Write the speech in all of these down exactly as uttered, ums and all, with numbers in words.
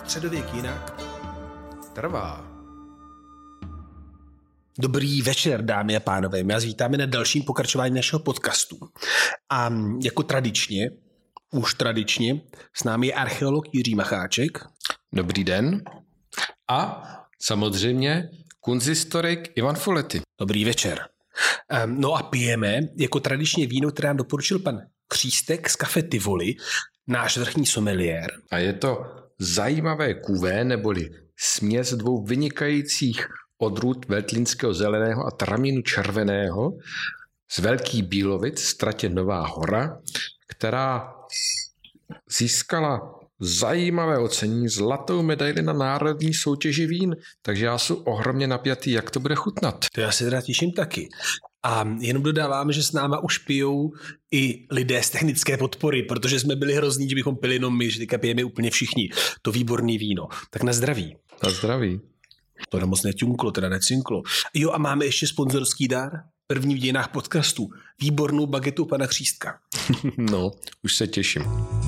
Středověk jinak trvá. Dobrý večer, dámy a pánové. My vás vítáme na dalším pokračování našeho podcastu. A jako tradičně, už tradičně, s námi je archeolog Jiří Macháček. Dobrý den. A samozřejmě kunsthistorik Ivan Folety. Dobrý večer. No a pijeme jako tradičně víno, které nám doporučil pan Křístek z Café Tivoli, náš vrchní someliér. A je to zajímavé kuvé, neboli směs dvou vynikajících odrůd veltlínského zeleného a tramínu červeného z Velkých Bílovic, Stratě Nová Hora, která získala zajímavé ocenění, zlatou medaili na národní soutěži vín, takže já jsem ohromně napjatý, jak to bude chutnat. To já se teda těším taky. A jenom dodáváme, že s náma už pijou i lidé z technické podpory, protože jsme byli hrozní, že bychom pili jenom my, že teďka pijeme úplně všichni. To výborný víno. Tak na zdraví. Na zdraví. To nám moc neťunklo, teda necinklo. Jo, a máme ještě sponzorský dar. První v dějinách podcastu. Výbornou bagetu pana Křístka. No, už se těším.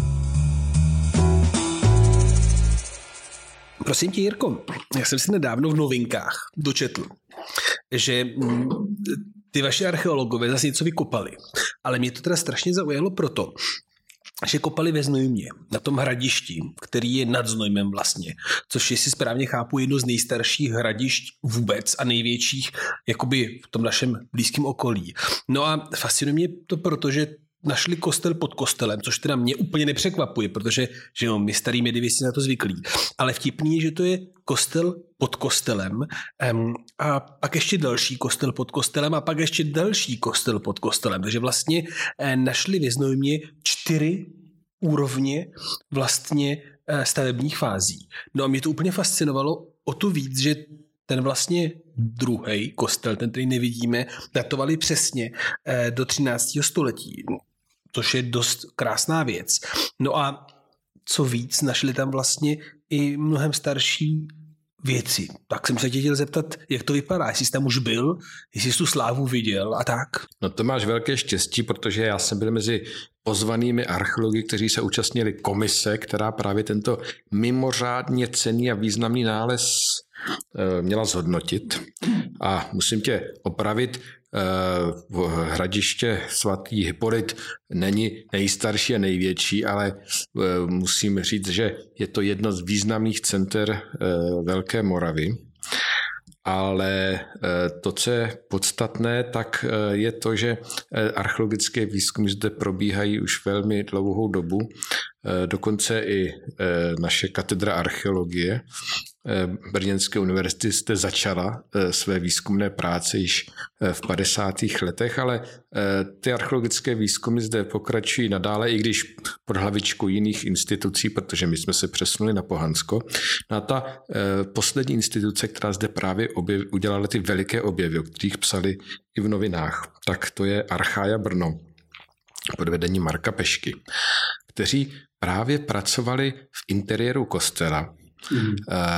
Prosím tě, Jirko, já jsem si nedávno v novinkách dočetl, že ty vaši archeologové zase něco vykopali. Ale mě to teda strašně zaujalo proto, že kopali ve Znojmě, na tom hradišti, který je nad Znojmem vlastně, což jestli správně chápu, jedno z nejstarších hradišť vůbec a největších jakoby v tom našem blízkém okolí. No a fascinuje mě to proto, že našli kostel pod kostelem, což teda mě úplně nepřekvapuje, protože že jo, my starý medivisti na to zvyklí. Ale vtipný je, že to je kostel pod kostelem um, a pak ještě další kostel pod kostelem a pak ještě další kostel pod kostelem. Takže vlastně eh, našli ve Znojmě čtyři úrovně vlastně eh, stavebních fází. No a mě to úplně fascinovalo o to víc, že ten vlastně druhý kostel, ten, který nevidíme, datovali přesně eh, do třináctého století, což je dost krásná věc. No a co víc, našli tam vlastně i mnohem starší věci. Tak jsem se tě chtěl zeptat, jak to vypadá, jestli jsi tam už byl, jestli jsi tu slávu viděl a tak. No to máš velké štěstí, protože já jsem byl mezi pozvanými archeology, kteří se účastnili komise, která právě tento mimořádně cenný a významný nález e, měla zhodnotit. A musím tě opravit, e, hradiště svatý Hypolit není nejstarší a největší, ale e, musím říct, že je to jedno z významných center e, Velké Moravy. Ale to, co je podstatné, tak je to, že archeologické výzkumy zde probíhají už velmi dlouhou dobu. Dokonce i naše katedra archeologie Brněnské univerzity zde začala své výzkumné práce již v padesátých letech, ale ty archeologické výzkumy zde pokračují nadále, i když pod hlavičkou jiných institucí, protože my jsme se přesunuli na Pohansko. No a ta poslední instituce, která zde právě objev, udělala ty veliké objevy, o kterých psali i v novinách, tak to je Archaia Brno pod vedením Marka Pešky, kteří právě pracovali v interiéru kostela, Mm.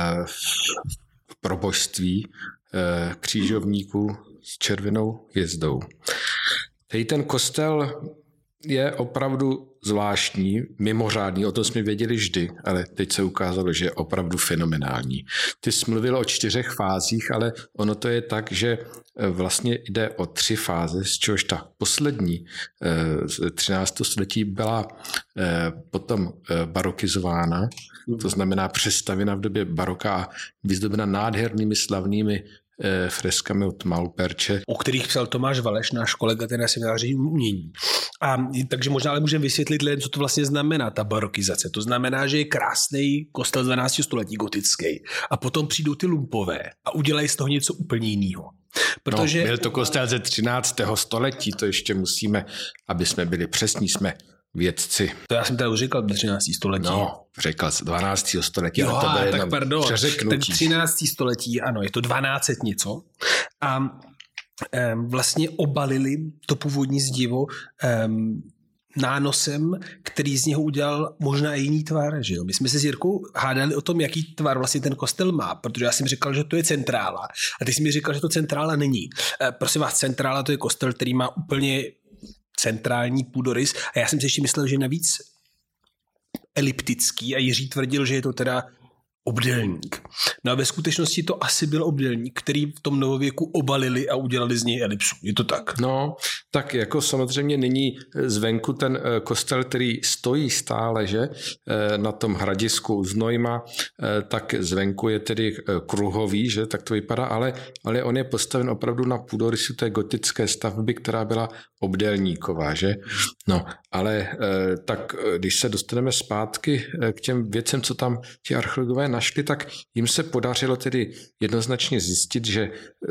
v probožství křížovníků s červenou hvězdou. Teď ten kostel je opravdu zvláštní, mimořádný, o tom jsme věděli vždy, ale teď se ukázalo, že je opravdu fenomenální. Ty jsi mluvil o čtyřech fázích, ale ono to je tak, že vlastně jde o tři fáze, z čehož ta poslední z třináctého století byla potom barokizována, to znamená přestavěna v době baroka a vyzdobena nádhernými slavnými freskami od Malperče, o kterých psal Tomáš Valeš, náš kolega, ten asi vyjádří umění. A takže možná ale můžeme vysvětlit lidem, co to vlastně znamená, ta barokizace. To znamená, že je krásný kostel z dvanáctého století gotický a potom přijdou ty lumpové a udělají z toho něco úplně jiného. Protože... No, byl to kostel ze třináctého století, to ještě musíme, aby jsme byli přesní, jsme vědci. To já jsem tady už říkal do třináctého století. No, řekl z dvanáctého století, jo, ale to bude tak pardon, přeřeknutí. Tak třináctého století, ano, je to dvanáct set něco. A um, vlastně obalili to původní zdivo um, nánosem, který z něho udělal možná jiný tvar. Že jo? My jsme se s Jirkou hádali o tom, jaký tvar vlastně ten kostel má, protože já jsem říkal, že to je centrála. A ty jsi mi říkal, že to centrála není. E, prosím vás, centrála to je kostel, který má úplně centrální půdorys a já jsem si ještě myslel, že navíc eliptický a Jiří tvrdil, že je to teda obdélník. No a ve skutečnosti to asi byl obdélník, který v tom novověku obalili a udělali z něj elipsu. Je to tak? No, tak jako samozřejmě nyní zvenku ten kostel, který stojí stále, že, na tom hradisku Znojma, tak zvenku je tedy kruhový, že, tak to vypadá, ale, ale on je postaven opravdu na půdorysu té gotické stavby, která byla obdélníková, že? No, ale tak když se dostaneme zpátky k těm věcem, co tam ti archeologové našli, tak jim se podařilo tedy jednoznačně zjistit, že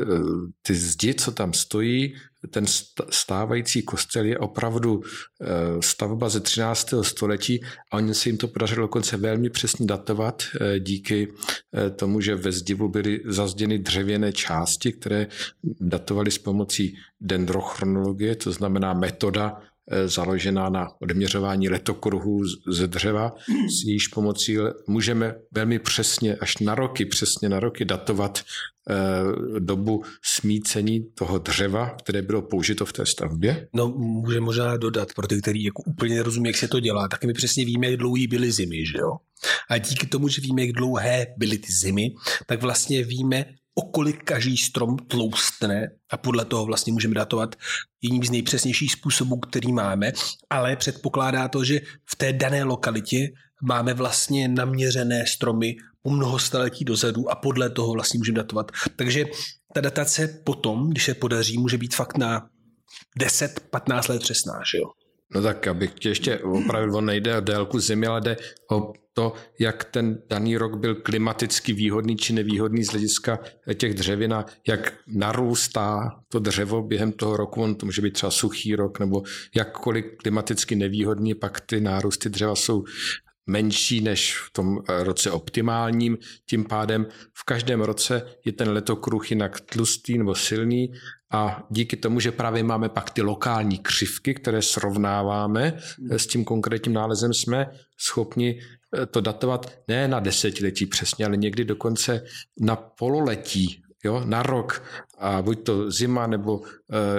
ty zdi, co tam stojí, ten stávající kostel je opravdu stavba ze třináctého století a oni se jim to podařilo dokonce velmi přesně datovat díky tomu, že ve zdivu byly zazděny dřevěné části, které datovaly s pomocí dendrochronologie, to znamená metoda založená na odměřování letokruhů ze dřeva, s jejíž pomocí můžeme velmi přesně, až na roky, přesně na roky datovat eh, dobu smícení toho dřeva, které bylo použito v té stavbě. No, může možná dodat, pro ty, který jako úplně nerozumí, jak se to dělá, tak my přesně víme, jak dlouhý byly zimy, že jo? A díky tomu, že víme, jak dlouhé byly ty zimy, tak vlastně víme, o kolik každý strom tloustne a podle toho vlastně můžeme datovat jedním z nejpřesnějších způsobů, který máme, ale předpokládá to, že v té dané lokalitě máme vlastně naměřené stromy po mnoho staletí dozadu a podle toho vlastně můžeme datovat. Takže ta datace potom, když se podaří, může být fakt na deset patnáct let přesná, že jo? No tak, abych tě ještě opravdu, on nejde o délku zimy, ale jde o to, jak ten daný rok byl klimaticky výhodný či nevýhodný z hlediska těch dřevin a jak narůstá to dřevo během toho roku, on to může být třeba suchý rok, nebo jakkoliv klimaticky nevýhodný, pak ty nárůsty dřeva jsou menší než v tom roce optimálním, tím pádem v každém roce je ten letokruh jinak tlustý nebo silný a díky tomu, že právě máme pak ty lokální křivky, které srovnáváme s tím konkrétním nálezem, jsme schopni to datovat ne na desetiletí přesně, ale někdy dokonce na pololetí, jo, na rok. A buď to zima nebo uh,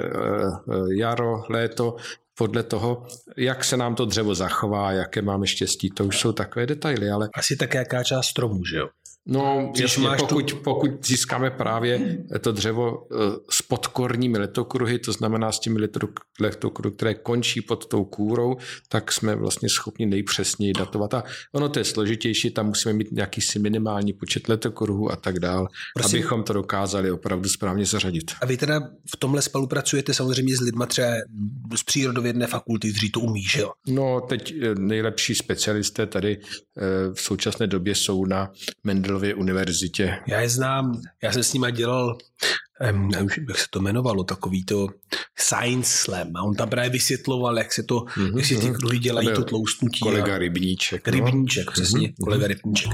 uh, jaro, léto, podle toho, jak se nám to dřevo zachová, jaké máme štěstí, to už jsou takové detaily, ale... Asi tak jaká část stromů, že jo? No, jasně, pokud, tu... pokud získáme právě to dřevo s podkorními letokruhy, to znamená s těmi letokruhy, které končí pod tou kůrou, tak jsme vlastně schopni nejpřesněji datovat. A ono to je složitější, tam musíme mít nějaký si minimální počet letokruhů a tak dál, prosím, abychom to dokázali opravdu správně zařadit. A vy teda v tomhle spolupracujete samozřejmě s lidma třeba z přírodovědné fakulty, kteří to umí, že jo? No, teď nejlepší specialisté tady v současné době jsou na Mendelově univerzitě. Já je znám, já jsem s nima dělal, um, jak se to jmenovalo, takový to Science Slam. A on tam právě vysvětloval, jak se to, mm-hmm. jak si ty kruhy dělají to tloustnutí. Kolega a... Rybníček. Rybníček, no? přesně, mm-hmm. kolega Rybníček.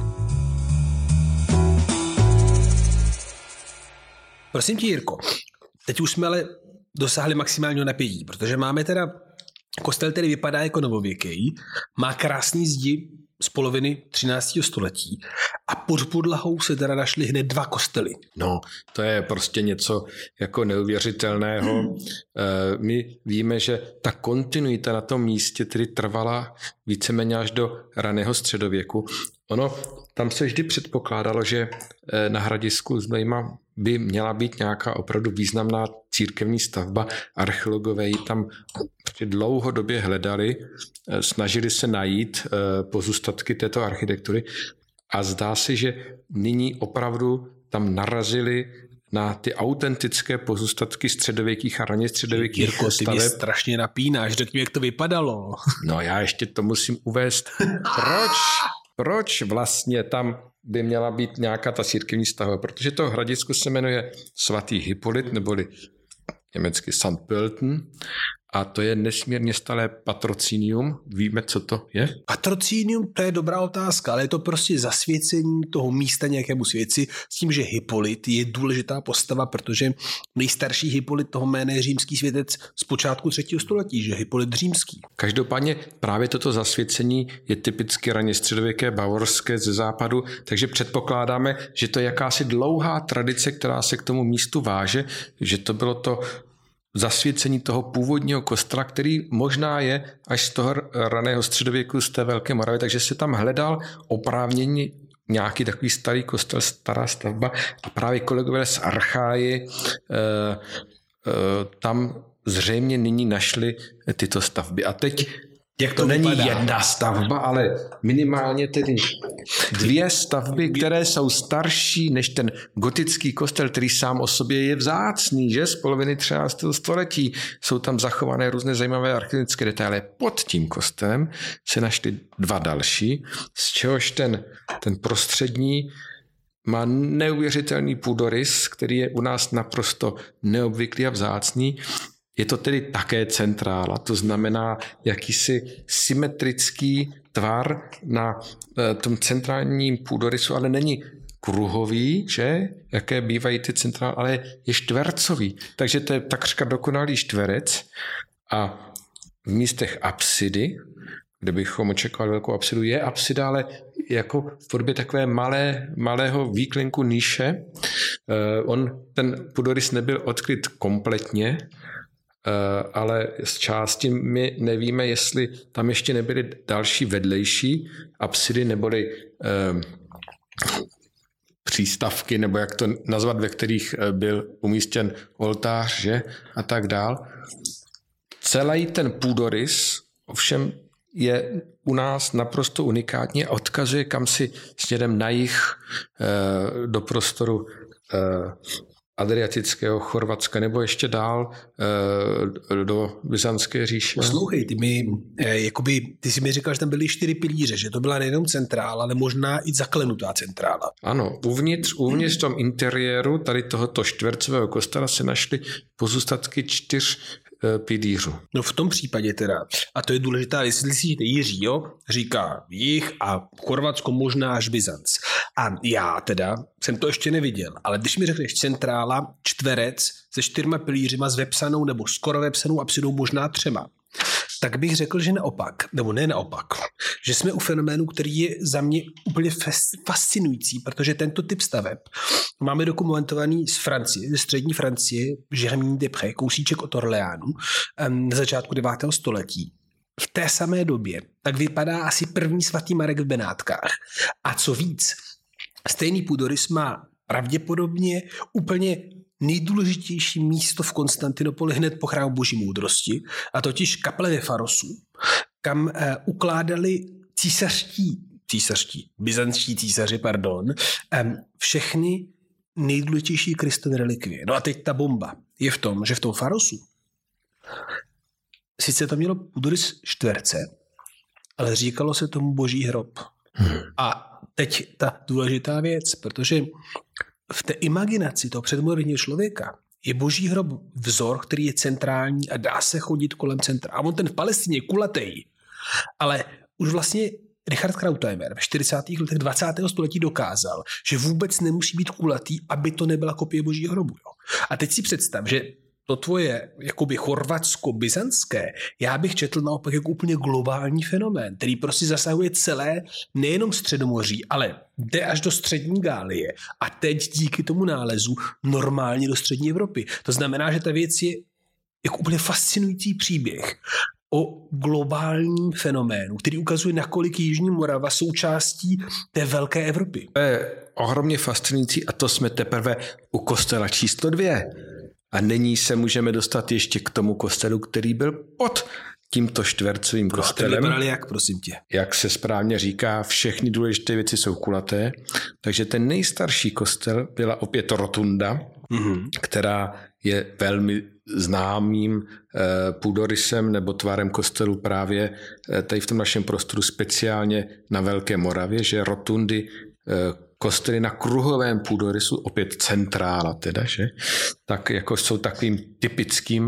Prosím tě, Jirko, teď už jsme ale dosáhli maximálního napětí, protože máme teda kostel, který vypadá jako novověký, má krásný zdi z poloviny třináctého století a pod podlahou se teda našly hned dva kostely. No, to je prostě něco jako neuvěřitelného. Hmm. My víme, že ta kontinuita na tom místě tedy trvala víceméně až do raného středověku. Ono, tam se vždy předpokládalo, že na hradisku Znojma by měla být nějaká opravdu významná církevní stavba. Archeologové ji tam dlouhodobě hledali, snažili se najít pozůstatky této architektury a zdá se, že nyní opravdu tam narazili na ty autentické pozůstatky středověkých a raně středověkých Jirko, staveb. ty mě strašně napínáš, řekni, jak to vypadalo. No já ještě to musím uvést. Proč? Proč vlastně tam by měla být nějaká ta církevní stavba? Protože to hradisko se jmenuje svatý Hippolyt, neboli německy Sankt Pölten, a to je nesmírně staré patrocinium. Víme, co to je? Patrocinium, to je dobrá otázka, ale je to prostě zasvěcení toho místa nějakému svědci s tím, že Hippolyt je důležitá postava, protože nejstarší Hippolyt toho jména je římský světec z počátku třetího století, že Hippolyt římský. Každopádně právě toto zasvěcení je typicky raně středověké, bavorské ze západu, takže předpokládáme, že to je jakási dlouhá tradice, která se k tomu místu váže, že to bylo to zasvěcení toho původního kostela, který možná je až z toho raného středověku, z té Velké Moravy, takže se tam hledal oprávněný, nějaký takový starý kostel, stará stavba a právě kolegové z Archáji eh, eh, tam zřejmě nyní našli tyto stavby. A teď Jak to, to není vypadá? jedna stavba, ale minimálně tedy dvě stavby, které jsou starší než ten gotický kostel, který sám o sobě je vzácný, že z poloviny třináctého století. Jsou tam zachované různé zajímavé architektonické detaily. Pod tím kostelem se našly dva další, z čehož ten, ten prostřední má neuvěřitelný půdorys, který je u nás naprosto neobvyklý a vzácný. Je to tedy také centrála, to znamená jakýsi symetrický tvar na tom centrálním půdorysu, ale není kruhový, že? Jaké bývají ty centrály, ale je čtvercový. Takže to je takřka dokonalý čtverec a v místech apsidy, kde bychom očekávali velkou apsidu, je apsida, ale jako v podobě takové malé, malého výklenku níše. On, ten půdorys nebyl odkryt kompletně, ale z části my nevíme, jestli tam ještě nebyly další vedlejší apsidy neboli eh, přístavky, nebo jak to nazvat, ve kterých byl umístěn oltář, že? A tak dál. Celý ten půdorys ovšem je u nás naprosto unikátní a odkazuje kam si směrem na jih eh, do prostoru eh, Adriatického, Chorvatska nebo ještě dál e, do Byzantské říše. Poslouchej, ty, mi, e, jakoby, ty jsi mi říkal, že tam byly čtyři pilíře, že to byla nejenom centrála, ale možná i zaklenutá centrála. Ano, uvnitř, uvnitř v tom interiéru tady tohoto čtvercového kostela se našly pozůstatky čtyř e, pilířů. No v tom případě teda, a to je důležitá, jestli si Jiří, jo, říká jich a Chorvatsko možná až Byzanc. A já teda jsem to ještě neviděl, ale když mi řekneš centrála, čtverec se čtyřma pilířima s vepsanou nebo skoro vepsanou apsidou, možná třema, tak bych řekl, že naopak, nebo ne naopak, že jsme u fenoménu, který je za mě úplně fascinující, protože tento typ staveb máme dokumentovaný z Francie, ze střední Francie, Germain-des-Prés, kousíček od Orléanu, na začátku devátého století. V té samé době tak vypadá asi první svatý Marek v Benátkách. A co víc, stejný půdorys má pravděpodobně úplně nejdůležitější místo v Konstantinopoli hned po chrámu Boží moudrosti, a totiž kaple ve Farosu, kam eh, ukládali císařští, císařští, byzantští císaři, pardon, eh, všechny nejdůležitější Kristovy relikvie. No a teď ta bomba je v tom, že v tom Farosu sice to mělo půdorys čtverce, ale říkalo se tomu Boží hrob. Hmm. A teď ta důležitá věc, protože v té imaginaci toho předmoderního člověka je Boží hrob vzor, který je centrální a dá se chodit kolem centra. A on ten v Palestině je kulatej. Ale už vlastně Richard Krautheimer ve čtyřicátých letech dvacátého století dokázal, že vůbec nemusí být kulatý, aby to nebyla kopie Božího hrobu. Jo. A teď si představ, že to tvoje jakoby chorvatsko-byzantské, já bych četl naopak jako úplně globální fenomén, který prostě zasahuje celé, nejenom Středomoří, ale jde až do střední Gálie a teď díky tomu nálezu normálně do střední Evropy. To znamená, že ta věc je jako úplně fascinující příběh o globálním fenoménu, který ukazuje, nakolik Jižní Morava součástí té velké Evropy. To je ohromně fascinující a to jsme teprve u kostela číslo dvě. A nyní se můžeme dostat ještě k tomu kostelu, který byl pod tímto čtvercovým kostelem. A jak, prosím tě? Jak se správně říká, všechny důležité věci jsou kulaté. Takže ten nejstarší kostel byla opět rotunda, mm-hmm. která je velmi známým eh, půdorysem nebo tvarem kostelu právě eh, tady v tom našem prostoru, speciálně na Velké Moravě, že rotundy eh, kostely na kruhovém půdorysu, opět centrála teda, že? Tak jako jsou takovým typickým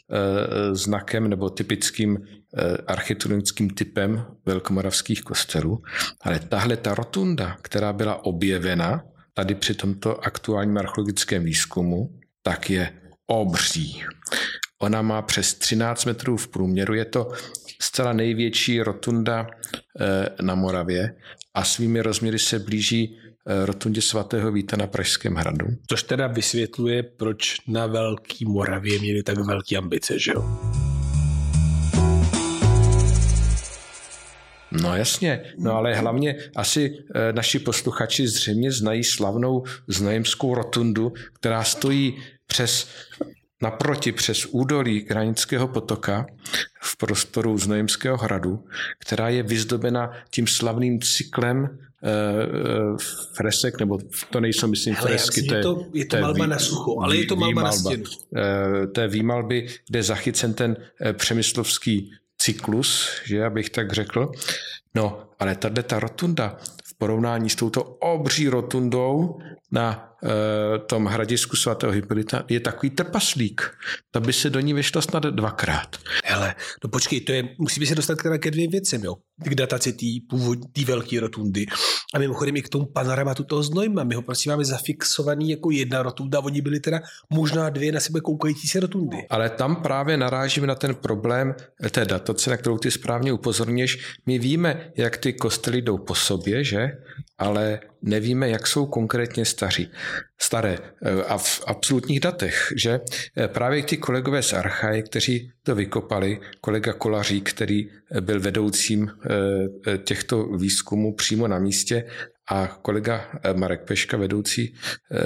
e, znakem nebo typickým e, architektonickým typem velkomoravských kostelů. Ale tahle ta rotunda, která byla objevena tady při tomto aktuálním archeologickém výzkumu, tak je obří. Ona má přes třináct metrů v průměru, je to zcela největší rotunda e, na Moravě a svými rozměry se blíží rotundě svatého Víta na Pražském hradu. Což teda vysvětluje, proč na Velký Moravě měli tak velké ambice, že jo? No jasně, no ale hlavně asi e, naši posluchači zřejmě znají slavnou znojemskou rotundu, která stojí přes naproti přes údolí Kranického potoka v prostoru Znojemského hradu, která je vyzdobena tím slavným cyklem e, e, fresek, nebo to nejsou, myslím, Hele, fresky. Myslím, je to, je to malba na sucho, ale je to malba na stěnu. E, té výmalby, kde je zachycen ten e, přemyslovský cyklus, že abych tak řekl. No, ale tato ta rotunda v porovnání s touto obří rotundou na e, tom hradisku svatého Hippolyta je takový trpaslík. To by se do ní vešlo snad dvakrát. Hele, no počkej, to je, musíme se dostat ke dvěm věcem, jo. K dataci té původní, té velké rotundy. A mimochodem i k tomu panoramatu toho Znojma. My ho prostě máme zafixovaný jako jedna rotunda, oni byli teda možná dvě na sebe koukající se rotundy. Ale tam právě narážíme na ten problém té datace, na kterou ty správně upozorníš. My víme, jak ty kostely jdou po sobě, že? Ale nevíme, jak jsou konkrétně staří. Staré a v absolutních datech, že? Právě ty kolegové z Archaje, kteří to vykopali, kolega Kolařík, který byl vedoucím těchto výzkumů přímo na místě, a kolega Marek Peška, vedoucí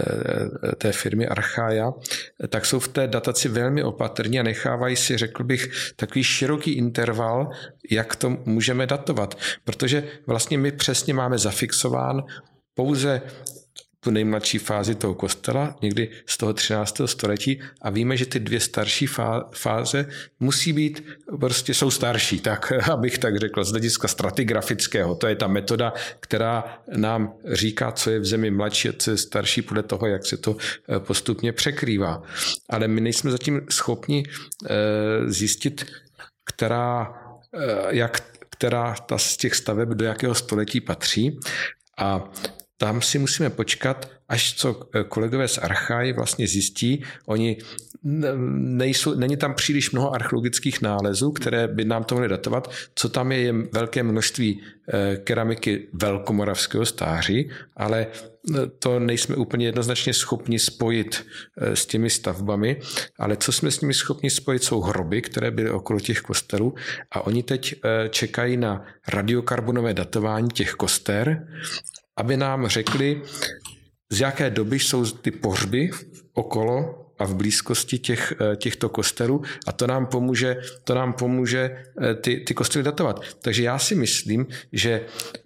té firmy Archaja, tak jsou v té dataci velmi opatrní a nechávají si, řekl bych, takový široký interval, jak to můžeme datovat. Protože vlastně my přesně máme zafixován pouze tu nejmladší fázi toho kostela, někdy z toho třináctého století, a víme, že ty dvě starší fáze musí být, prostě jsou starší, tak abych tak řekl, z hlediska stratigrafického. To je ta metoda, která nám říká, co je v zemi mladší a co je starší podle toho, jak se to postupně překrývá. Ale my nejsme zatím schopni zjistit, která, jak, která ta z těch staveb do jakého století patří. A tam si musíme počkat, až co kolegové z Archaj vlastně zjistí. Oni nejsou, není tam příliš mnoho archeologických nálezů, které by nám to mohly datovat. Co tam je, je velké množství keramiky velkomoravského stáří, ale to nejsme úplně jednoznačně schopni spojit s těmi stavbami, ale co jsme s nimi schopni spojit, jsou hroby, které byly okolo těch kostelů, a oni teď čekají na radiokarbonové datování těch koster, aby nám řekli, z jaké doby jsou ty pohřby okolo a v blízkosti těch, těchto kostelů, a to nám pomůže, to nám pomůže ty, ty kostely datovat. Takže já si myslím, že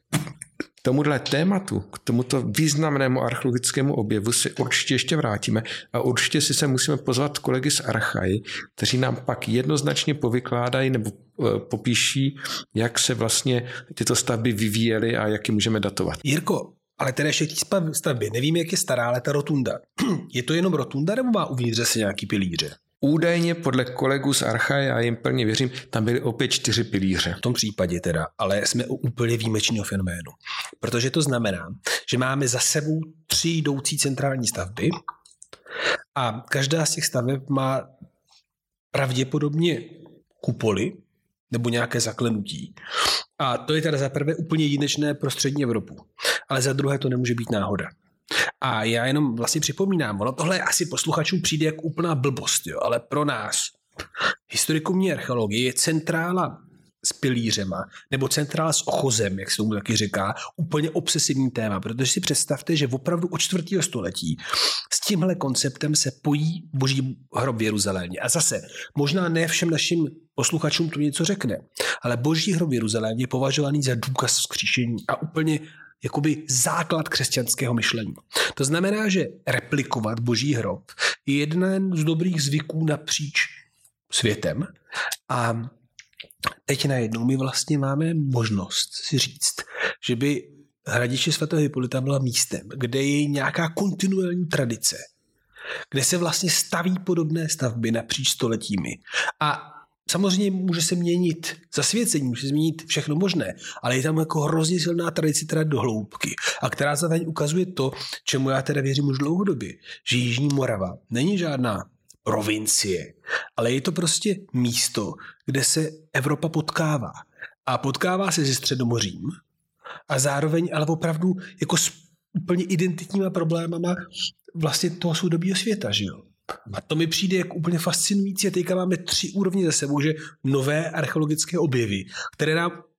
k tomuhle tématu, k tomuto významnému archeologickému objevu si určitě ještě vrátíme a určitě si se musíme pozvat kolegy z Archaji, kteří nám pak jednoznačně povykládají nebo popíší, jak se vlastně tyto stavby vyvíjely a jak je můžeme datovat. Jirko, ale teda ještě té stavby, nevíme, jak je stará, ale ta rotunda. Je to jenom rotunda, nebo má uvnitř zase nějaký pilíře? Údajně podle kolegů z Archaje, a jim plně věřím, tam byly opět čtyři pilíře. V tom případě teda, ale jsme u úplně výjimečného fenoménu. Protože to znamená, že máme za sebou tři jdoucí centrální stavby a každá z těch staveb má pravděpodobně kupoly nebo nějaké zaklenutí. A to je teda za prvé úplně jedinečné pro střední Evropu. Ale za druhé to nemůže být náhoda. A já jenom vlastně připomínám, ono tohle asi posluchačům přijde jako úplná blbost, jo, ale pro nás, historikumní archeologie, je centrála s pilířema, nebo centrála s ochozem, jak se tomu taky říká, úplně obsesivní téma, protože si představte, že opravdu od čtvrtého století s tímhle konceptem se pojí Boží hrob v Jeruzalémě. A zase, možná ne všem našim posluchačům to něco řekne, ale Boží hrob v Jeruzalémě je považovaný za důkaz vzkříšení a úplně jakoby základ křesťanského myšlení. To znamená, že replikovat Boží hrob je jeden z dobrých zvyků napříč světem a teď najednou my vlastně máme možnost si říct, že by hradiště svatého Hippolyta byla místem, kde je nějaká kontinuální tradice, kde se vlastně staví podobné stavby napříč stoletími. A samozřejmě může se měnit zasvěcení, může se změnit všechno možné, ale je tam jako hrozně silná tradice teda do hloubky, a která zároveň ukazuje to, čemu já teda věřím už dlouhodobě, že Jižní Morava není žádná provincie, ale je to prostě místo, kde se Evropa potkává. A potkává se se Středomořím a zároveň ale opravdu jako s úplně identitníma problémama vlastně toho soudobího světa, že jo? A to mi přijde jako úplně fascinující. A teďka máme tři úrovně za sebou, že nové archeologické objevy, které nám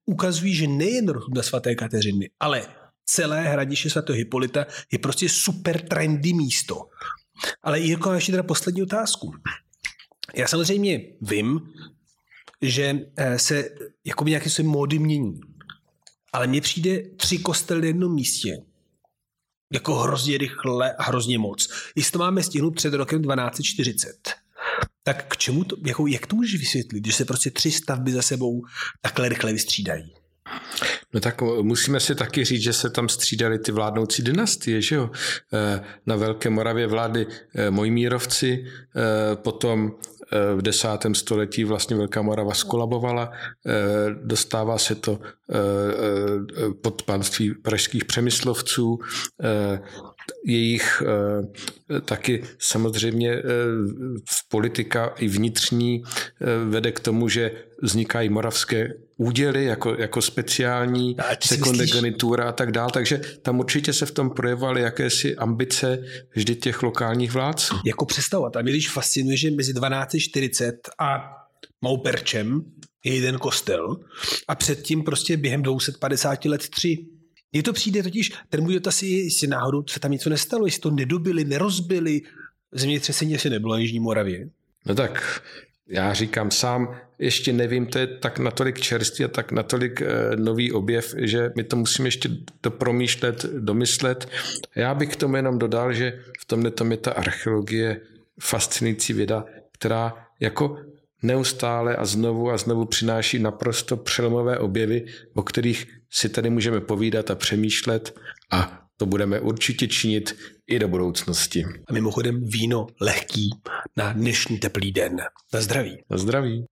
ukazují, že nejen rotunda svaté Kateřiny, ale celé hradiště svatého Hypolita je prostě super trendy místo. Ale Jirko, ještě teda poslední otázku. Já samozřejmě vím, že se jako nějaké své módy mění. Ale mně přijde tři kostely v jednom místě jako hrozně rychle a hrozně moc. Jestli to máme stihnout před rokem dvanáct set čtyřicet, tak k čemu to, jako, jak to můžeš vysvětlit, že se prostě tři stavby za sebou takhle rychle vystřídají? No tak musíme si taky říct, že se tam střídaly ty vládnoucí dynastie, že jo? Na Velké Moravě vládli Mojmírovci, potom v desátém století vlastně Velká Morava skolabovala, dostává se to pod panství pražských Přemyslovců, jejich taky samozřejmě v politika i vnitřní vede k tomu, že vznikají moravské úděly jako, jako speciální sekundegenitura a tak dál, takže tam určitě se v tom projevovaly jakési ambice vždy těch lokálních vládců. Jako představovat. A mě když fascinuje, že mezi dvanáct set čtyřicet a Mauperčem je jeden kostel a předtím prostě během dvě stě padesát let tři. Mně to přijde totiž, ten můj dotaz je, jestli náhodou se tam něco nestalo, jestli to nedobili, nerozbili, zemětřesení asi nebylo na Jižní Moravě. No tak já říkám sám, ještě nevím, to je tak natolik čerstvý a tak natolik e, nový objev, že my to musíme ještě dopromýšlet, domyslet. Já bych k tomu jenom dodal, že v tomhle tom je ta archeologie fascinující věda, která jako neustále a znovu a znovu přináší naprosto přelomové objevy, o kterých si tady můžeme povídat a přemýšlet a to budeme určitě činit i do budoucnosti. A mimochodem víno lehký na dnešní teplý den. Na zdraví. Na zdraví.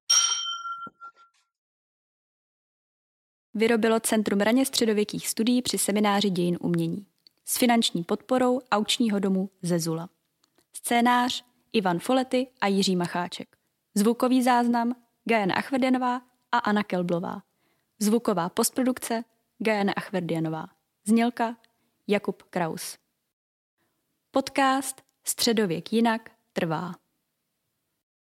Vyrobilo Centrum raně středověkých studií při semináři dějin umění. S finanční podporou Aukčního domu Zezula. Scénář Ivan Folety a Jiří Macháček. Zvukový záznam Gajana Achverdianová a Anna Kelblová. Zvuková postprodukce Gajana Achverdianová. Znělka Jakub Kraus. Podcast Středověk jinak trvá.